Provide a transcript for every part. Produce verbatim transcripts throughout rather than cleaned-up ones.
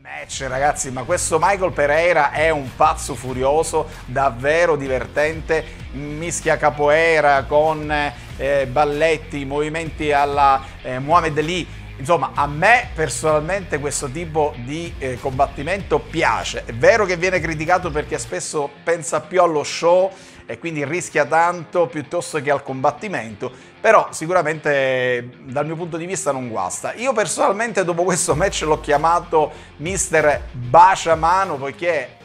Match, ragazzi, ma questo Michael Pereira è un pazzo furioso, davvero divertente, mischia capoeira con eh, balletti, movimenti alla eh, Muhammad Ali. Insomma, a me personalmente questo tipo di eh, combattimento piace. È vero che viene criticato perché spesso pensa più allo show e quindi rischia tanto piuttosto che al combattimento, però sicuramente dal mio punto di vista non guasta. Io personalmente dopo questo match l'ho chiamato mister Baciamano, poiché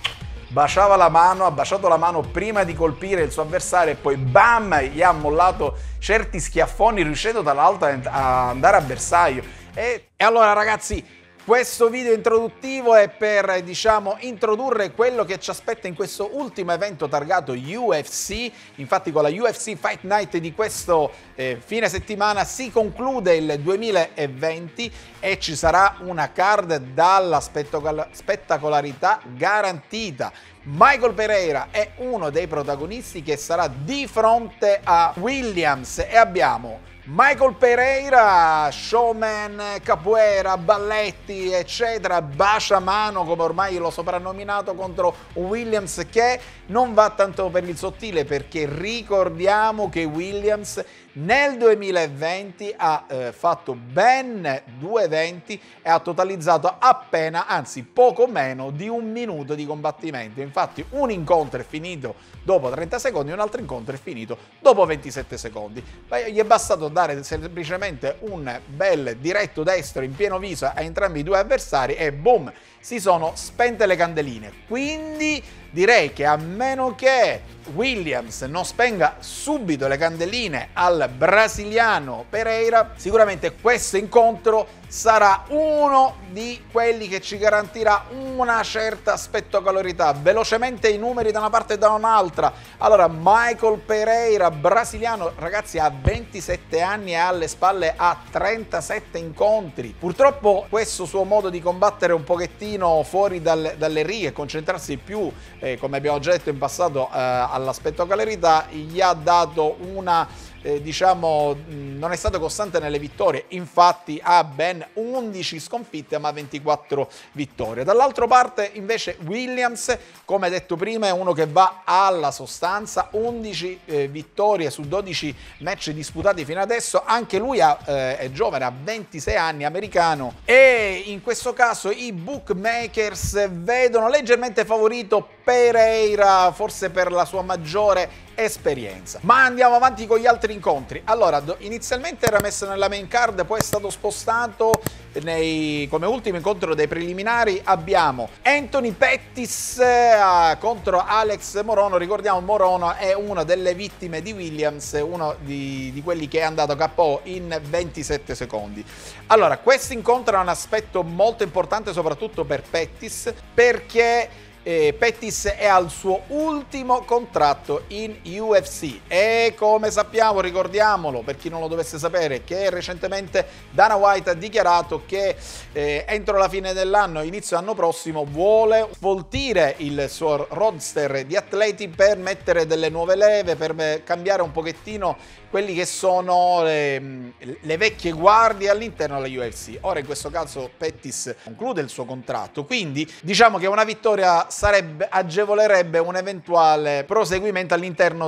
baciava la mano, ha baciato la mano prima di colpire il suo avversario e poi bam, gli ha mollato certi schiaffoni, riuscendo tra l'altro a andare a bersaglio. E, e allora ragazzi, questo video introduttivo è per, diciamo, introdurre quello che ci aspetta in questo ultimo evento targato U F C. Infatti con la U F C Fight Night di questo eh, fine settimana si conclude il duemilaventi e ci sarà una card dalla spettacolarità garantita. Michael Pereira è uno dei protagonisti che sarà di fronte a Williams e abbiamo Michael Pereira, showman, capoeira, balletti, eccetera, baciamano come ormai l'ho soprannominato, contro Williams che non va tanto per il sottile, perché ricordiamo che Williams nel duemilaventi ha eh, fatto ben due eventi e ha totalizzato appena, anzi poco meno di un minuto di combattimento. Infatti un incontro è finito dopo trenta secondi, un altro incontro è finito dopo ventisette secondi. Gli è bastato dare semplicemente un bel diretto destro in pieno viso a entrambi i due avversari e boom, si sono spente le candeline. Quindi direi che a meno che Williams non spenga subito le candeline al brasiliano Pereira, sicuramente questo incontro sarà uno di quelli che ci garantirà una certa spettacolarità. Velocemente i numeri da una parte e da un'altra. Allora, Michael Pereira, brasiliano, ragazzi, ha ventisette anni e alle spalle ha trentasette incontri. Purtroppo questo suo modo di combattere un pochettino fuori dal, dalle righe, concentrarsi più, eh, come abbiamo già detto in passato, eh, alla spettacolarità, gli ha dato una... Eh, diciamo non è stato costante nelle vittorie, infatti ha ben undici sconfitte ma ventiquattro vittorie. Dall'altra parte invece Williams, come detto prima, è uno che va alla sostanza, undici eh, vittorie su dodici match disputati fino adesso. Anche lui ha, eh, è giovane, ha ventisei anni, americano, e in questo caso i bookmakers vedono leggermente favorito Pereira, forse per la sua maggiore esperienza. Ma andiamo avanti con gli altri incontri. Allora, inizialmente era messo nella main card, poi è stato spostato nei, come ultimo incontro dei preliminari. Abbiamo Anthony Pettis eh, contro Alex Morono. Ricordiamo, Morono è una delle vittime di Williams, uno di, di quelli che è andato K O in ventisette secondi. Allora, questo incontro ha un aspetto molto importante soprattutto per Pettis, perché Eh, Pettis è al suo ultimo contratto in U F C e, come sappiamo, ricordiamolo per chi non lo dovesse sapere, che recentemente Dana White ha dichiarato che eh, entro la fine dell'anno, inizio anno prossimo, vuole svoltire il suo roster di atleti per mettere delle nuove leve, per cambiare un pochettino quelli che sono le, le vecchie guardie all'interno della U F C. Ora in questo caso Pettis conclude il suo contratto, quindi diciamo che una vittoria sarebbe, agevolerebbe un eventuale proseguimento all'interno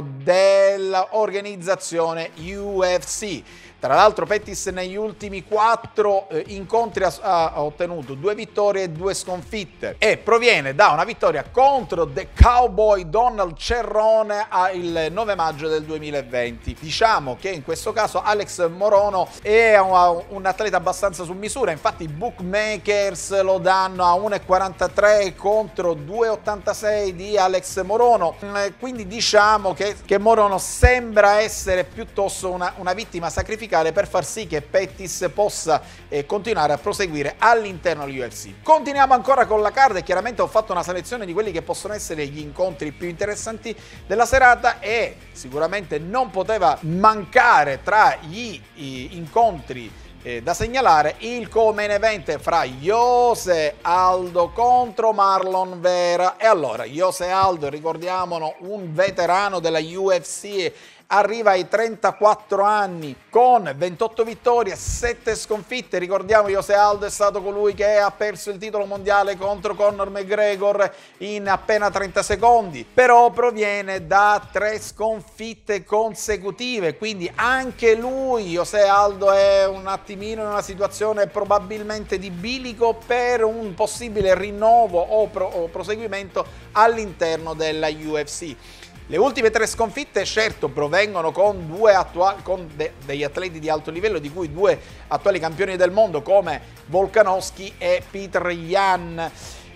dell'organizzazione U F C. Tra l'altro Pettis negli ultimi quattro eh, incontri ha, ha ottenuto due vittorie e due sconfitte e proviene da una vittoria contro The Cowboy Donald Cerrone il nove maggio del duemilaventi. Diciamo che in questo caso Alex Morono è un, un atleta abbastanza su misura, infatti i bookmakers lo danno a uno virgola quarantatré contro due virgola ottantasei di Alex Morono, quindi diciamo che, che Morono sembra essere piuttosto una, una vittima sacrificata per far sì che Pettis possa eh, continuare a proseguire all'interno dell'U F C. Continuiamo ancora con la card e chiaramente ho fatto una selezione di quelli che possono essere gli incontri più interessanti della serata e sicuramente non poteva mancare tra gli, gli incontri Eh, da segnalare il co-main event fra Jose Aldo contro Marlon Vera. E allora, Jose Aldo, ricordiamolo, un veterano della U F C arriva ai trentaquattro anni con ventotto vittorie, sette sconfitte. Ricordiamo, Jose Aldo è stato colui che ha perso il titolo mondiale contro Conor McGregor in appena trenta secondi, però proviene da tre sconfitte consecutive, quindi anche lui, Jose Aldo, è un attimino in una situazione probabilmente di bilico per un possibile rinnovo o, pro, o proseguimento all'interno della U F C. Le ultime tre sconfitte, certo, provengono con, due attuali, con de, degli atleti di alto livello, di cui due attuali campioni del mondo come Volkanovski e Petr Yan.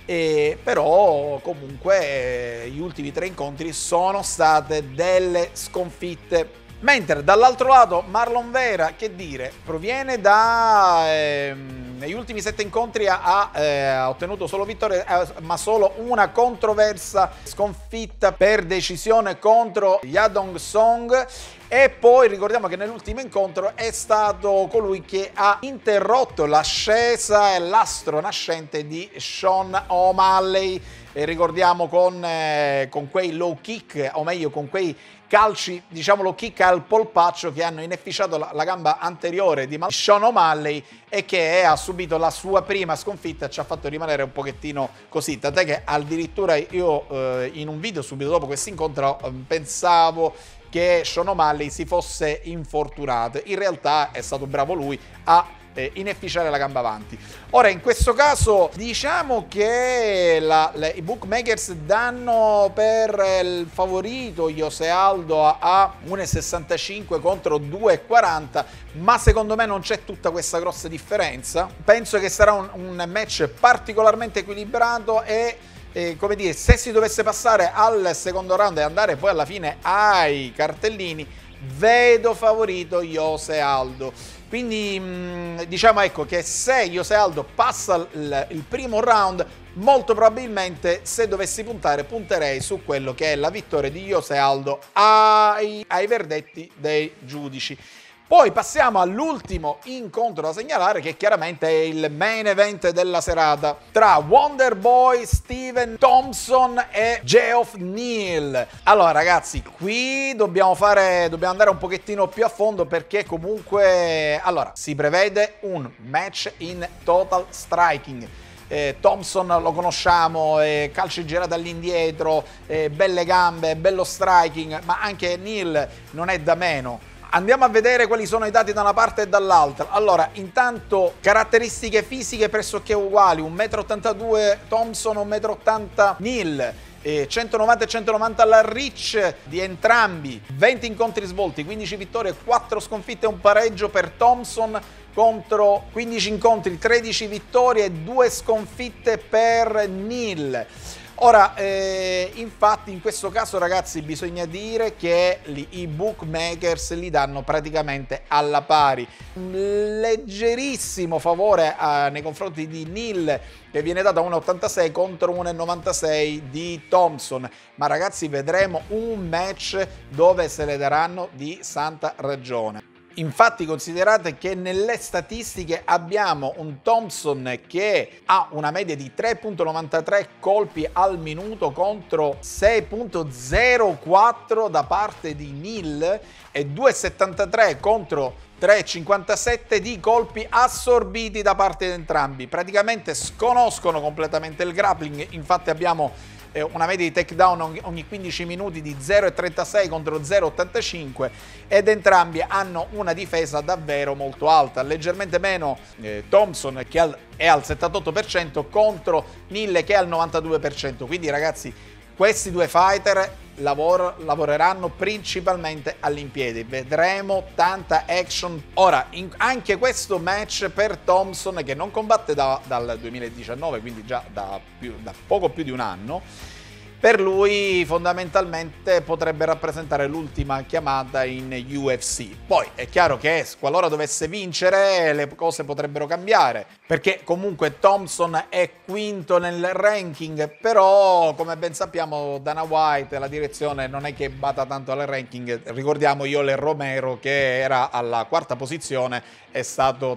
Eh, però comunque eh, gli ultimi tre incontri sono state delle sconfitte. Mentre dall'altro lato Marlon Vera, che dire, proviene da... Ehm, negli ultimi sette incontri ha, eh, ha ottenuto solo vittorie, eh, ma solo una controversa sconfitta per decisione contro Yadong Song. E poi ricordiamo che nell'ultimo incontro è stato colui che ha interrotto l'ascesa e l'astro nascente di Sean O'Malley. E ricordiamo con, eh, con quei low kick, o meglio con quei calci, diciamo low kick al polpaccio, che hanno inefficiato la, la gamba anteriore di Sean O'Malley e che ha subito la sua prima sconfitta. Ci ha fatto rimanere un pochettino così, tant'è che addirittura io eh, in un video subito dopo questo incontro eh, pensavo che Sean O'Malley si fosse infortunato. In realtà è stato bravo lui a inefficiare la gamba avanti. Ora, in questo caso diciamo che la, le, i bookmakers danno per il favorito Jose Aldo a, a uno virgola sessantacinque contro due virgola quaranta, ma secondo me non c'è tutta questa grossa differenza. Penso che sarà un, un match particolarmente equilibrato e Eh, come dire, se si dovesse passare al secondo round e andare poi alla fine ai cartellini, vedo favorito Jose Aldo. Quindi mh, diciamo ecco che se Jose Aldo passa il, il primo round, molto probabilmente se dovessi puntare punterei su quello che è la vittoria di Jose Aldo ai, ai verdetti dei giudici. Poi passiamo all'ultimo incontro da segnalare, che chiaramente è il main event della serata, tra Wonderboy Stephen Thompson e Geoff Neal. Allora ragazzi, qui dobbiamo fare, dobbiamo andare un pochettino più a fondo, perché comunque, allora, si prevede un match in total striking. Eh, Thompson lo conosciamo, eh, calci girati all'indietro, eh, belle gambe, bello striking, ma anche Neal non è da meno. Andiamo a vedere quali sono i dati da una parte e dall'altra. Allora, intanto caratteristiche fisiche pressoché uguali, uno virgola ottantadue metri Thompson, uno virgola ottanta metri Neal, eh, centonovanta e centonovanta alla reach di entrambi, venti incontri svolti, quindici vittorie, quattro sconfitte e un pareggio per Thompson contro quindici incontri, tredici vittorie e due sconfitte per Neal. Ora, eh, infatti in questo caso ragazzi bisogna dire che li, i bookmakers li danno praticamente alla pari. Un leggerissimo favore eh, nei confronti di Neal, che viene dato a uno virgola ottantasei contro uno virgola novantasei di Thompson, ma ragazzi vedremo un match dove se le daranno di santa ragione. Infatti considerate che nelle statistiche abbiamo un Thompson che ha una media di tre virgola novantatré colpi al minuto contro sei virgola zero quattro da parte di Neal e due virgola settantatré contro tre virgola cinquantasette di colpi assorbiti da parte di entrambi. Praticamente sconoscono completamente il grappling, infatti abbiamo una media di takedown ogni quindici minuti di zero virgola trentasei contro zero virgola ottantacinque, ed entrambi hanno una difesa davvero molto alta, leggermente meno eh, Thompson, che è al settantotto per cento, contro Neal che è al novantadue per cento. Quindi ragazzi, questi due fighter lavor lavoreranno principalmente all'impiede, vedremo tanta action. Ora, in, anche questo match per Thompson, che non combatte da, dal duemiladiciannove, quindi già da, più, da poco più di un anno, per lui fondamentalmente potrebbe rappresentare l'ultima chiamata in U F C. Poi è chiaro che qualora dovesse vincere le cose potrebbero cambiare, perché comunque Thompson è quinto nel ranking, però come ben sappiamo Dana White, la direzione, non è che bada tanto al ranking. Ricordiamo Yoel Romero, che era alla quarta posizione, è stato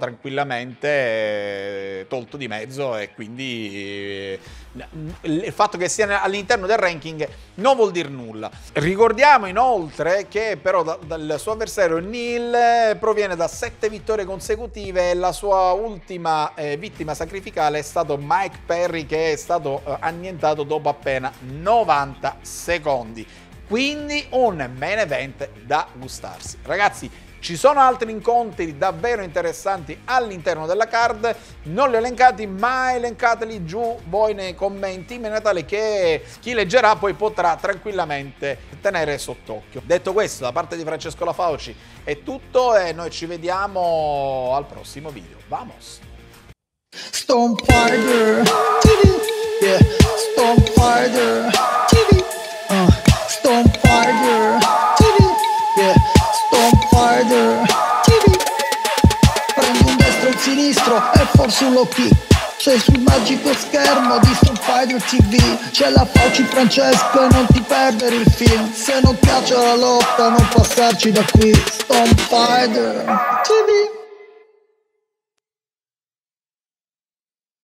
tranquillamente tolto di mezzo, e quindi il fatto che sia all'interno del ranking non vuol dire nulla. Ricordiamo inoltre che però da, dal suo avversario Neal proviene da sette vittorie consecutive e la sua ultima eh, vittima sacrificale è stato Mike Perry, che è stato eh, annientato dopo appena novanta secondi. Quindi un main event da gustarsi. Ragazzi, ci sono altri incontri davvero interessanti all'interno della card, non li ho elencati, ma elencateli giù voi nei commenti, in maniera tale che chi leggerà poi potrà tranquillamente tenere sott'occhio. Detto questo, da parte di Francesco La Fauci è tutto e noi ci vediamo al prossimo video. Vamos! Stone Fighter T V, yeah. Stone Fighter T V, uh. Stone Fighter T V, yeah. Stone Fighter T V. Prendi un destro e un sinistro e forse un low kick. Sei sul magico schermo di Stone Fighter T V. C'è la Fauci Francesco e non ti perdere il film. Se non piace la lotta non passarci da qui. Stone Fighter T V.